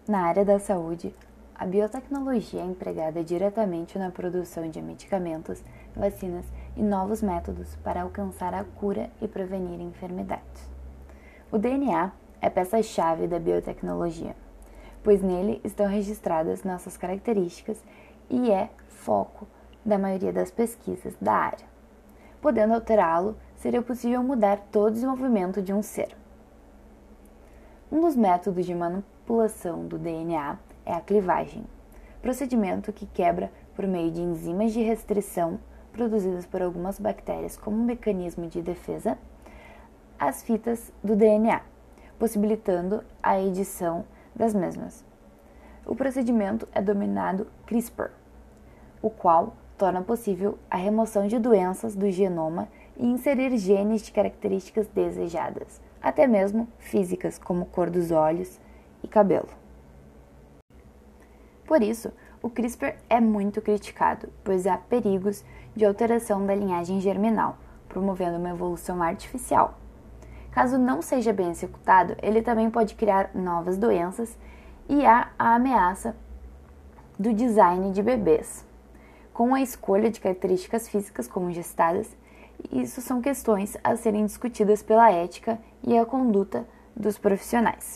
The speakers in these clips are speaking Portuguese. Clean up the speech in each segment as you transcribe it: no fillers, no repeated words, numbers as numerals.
Na área da saúde, a biotecnologia é empregada diretamente na produção de medicamentos, vacinas e novos métodos para alcançar a cura e prevenir enfermidades. O DNA é peça-chave da biotecnologia, pois nele estão registradas nossas características e é foco da maioria das pesquisas da área. Podendo alterá-lo, seria possível mudar todo o desenvolvimento de um ser. Um dos métodos de manipulação do DNA é a clivagem, procedimento que quebra por meio de enzimas de restrição produzidas por algumas bactérias como um mecanismo de defesa as fitas do DNA, possibilitando a edição das mesmas. O procedimento é denominado CRISPR, o qual torna possível a remoção de doenças do genoma e inserir genes de características desejadas, até mesmo físicas, como cor dos olhos e cabelo. Por isso, o CRISPR é muito criticado, pois há perigos de alteração da linhagem germinal, promovendo uma evolução artificial. Caso não seja bem executado, ele também pode criar novas doenças e há a ameaça do design de bebês, com a escolha de características físicas como gestadas. Isso são questões a serem discutidas pela ética e a conduta dos profissionais.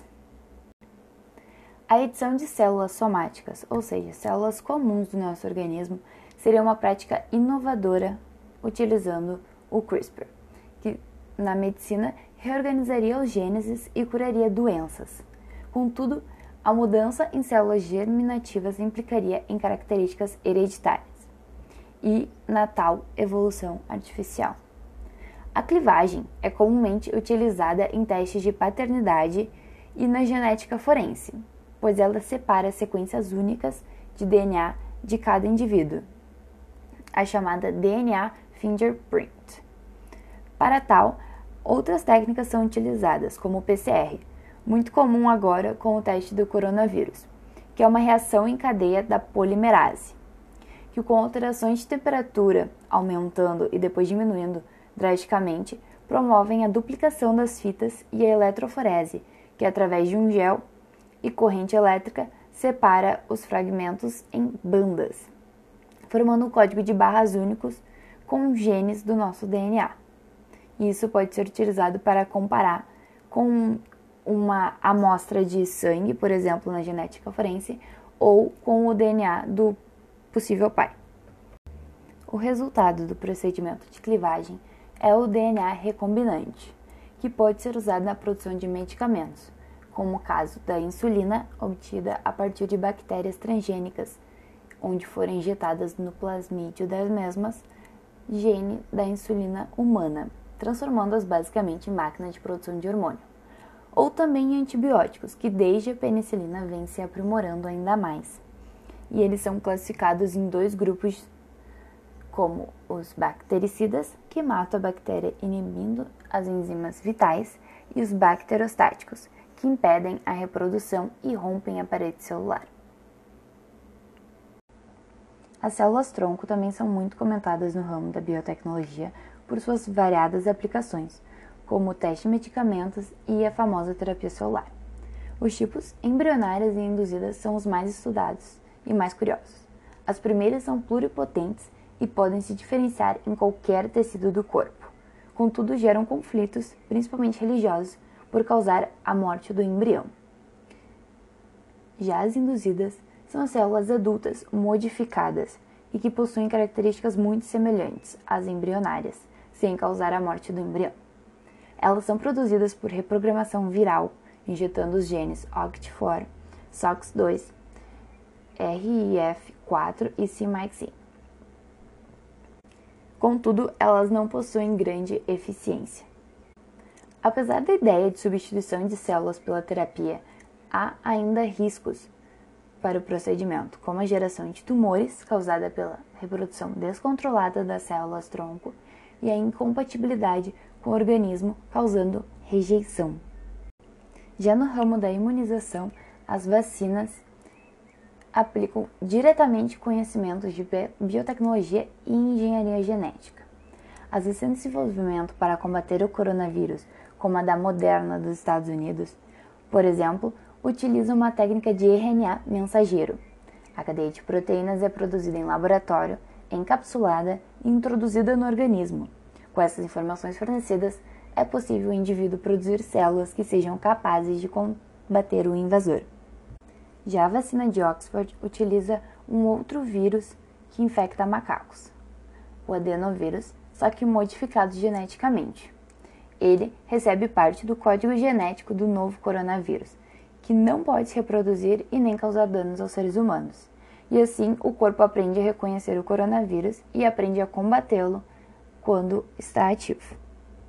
A edição de células somáticas, ou seja, células comuns do nosso organismo, seria uma prática inovadora utilizando o CRISPR, que na medicina reorganizaria os genes e curaria doenças. Contudo, a mudança em células germinativas implicaria em características hereditárias e na tal evolução artificial. A clivagem é comumente utilizada em testes de paternidade e na genética forense, pois ela separa sequências únicas de DNA de cada indivíduo, a chamada DNA fingerprint. Para tal, outras técnicas são utilizadas, como o PCR, muito comum agora com o teste do coronavírus, que é uma reação em cadeia da polimerase, que com alterações de temperatura aumentando e depois diminuindo drasticamente, promovem a duplicação das fitas e a eletroforese, que através de um gel e corrente elétrica separa os fragmentos em bandas, formando um código de barras únicos com genes do nosso DNA. Isso pode ser utilizado para comparar com uma amostra de sangue, por exemplo, na genética forense, ou com o DNA do possível pai. O resultado do procedimento de clivagem é o DNA recombinante, que pode ser usado na produção de medicamentos, como o caso da insulina obtida a partir de bactérias transgênicas, onde foram injetadas no plasmídio das mesmas gene da insulina humana, transformando-as basicamente em máquina de produção de hormônio. Ou também em antibióticos, que desde a penicilina vem se aprimorando ainda mais. E eles são classificados em dois grupos, como os bactericidas, que matam a bactéria inibindo as enzimas vitais, e os bacterostáticos, que impedem a reprodução e rompem a parede celular. As células-tronco também são muito comentadas no ramo da biotecnologia por suas variadas aplicações, como o teste de medicamentos e a famosa terapia celular. Os tipos embrionárias e induzidas são os mais estudados e mais curiosos. As primeiras são pluripotentes e podem se diferenciar em qualquer tecido do corpo. Contudo, geram conflitos, principalmente religiosos, por causar a morte do embrião. Já as induzidas são as células adultas modificadas e que possuem características muito semelhantes às embrionárias, sem causar a morte do embrião. Elas são produzidas por reprogramação viral, injetando os genes OCT4, SOX2, RIF4 e CMYC. Contudo, elas não possuem grande eficiência. Apesar da ideia de substituição de células pela terapia, há ainda riscos para o procedimento, como a geração de tumores causada pela reprodução descontrolada das células-tronco e a incompatibilidade com o organismo, causando rejeição. Já no ramo da imunização, as vacinas aplicam diretamente conhecimentos de biotecnologia e engenharia genética. As recentes desenvolvimentos para combater o coronavírus, como a da Moderna dos Estados Unidos, por exemplo, utiliza uma técnica de RNA mensageiro. A cadeia de proteínas é produzida em laboratório, encapsulada e introduzida no organismo. Com essas informações fornecidas, é possível o indivíduo produzir células que sejam capazes de combater o invasor. Já a vacina de Oxford utiliza um outro vírus que infecta macacos, o adenovírus, só que modificado geneticamente. Ele recebe parte do código genético do novo coronavírus, que não pode se reproduzir e nem causar danos aos seres humanos. E assim, o corpo aprende a reconhecer o coronavírus e aprende a combatê-lo quando está ativo.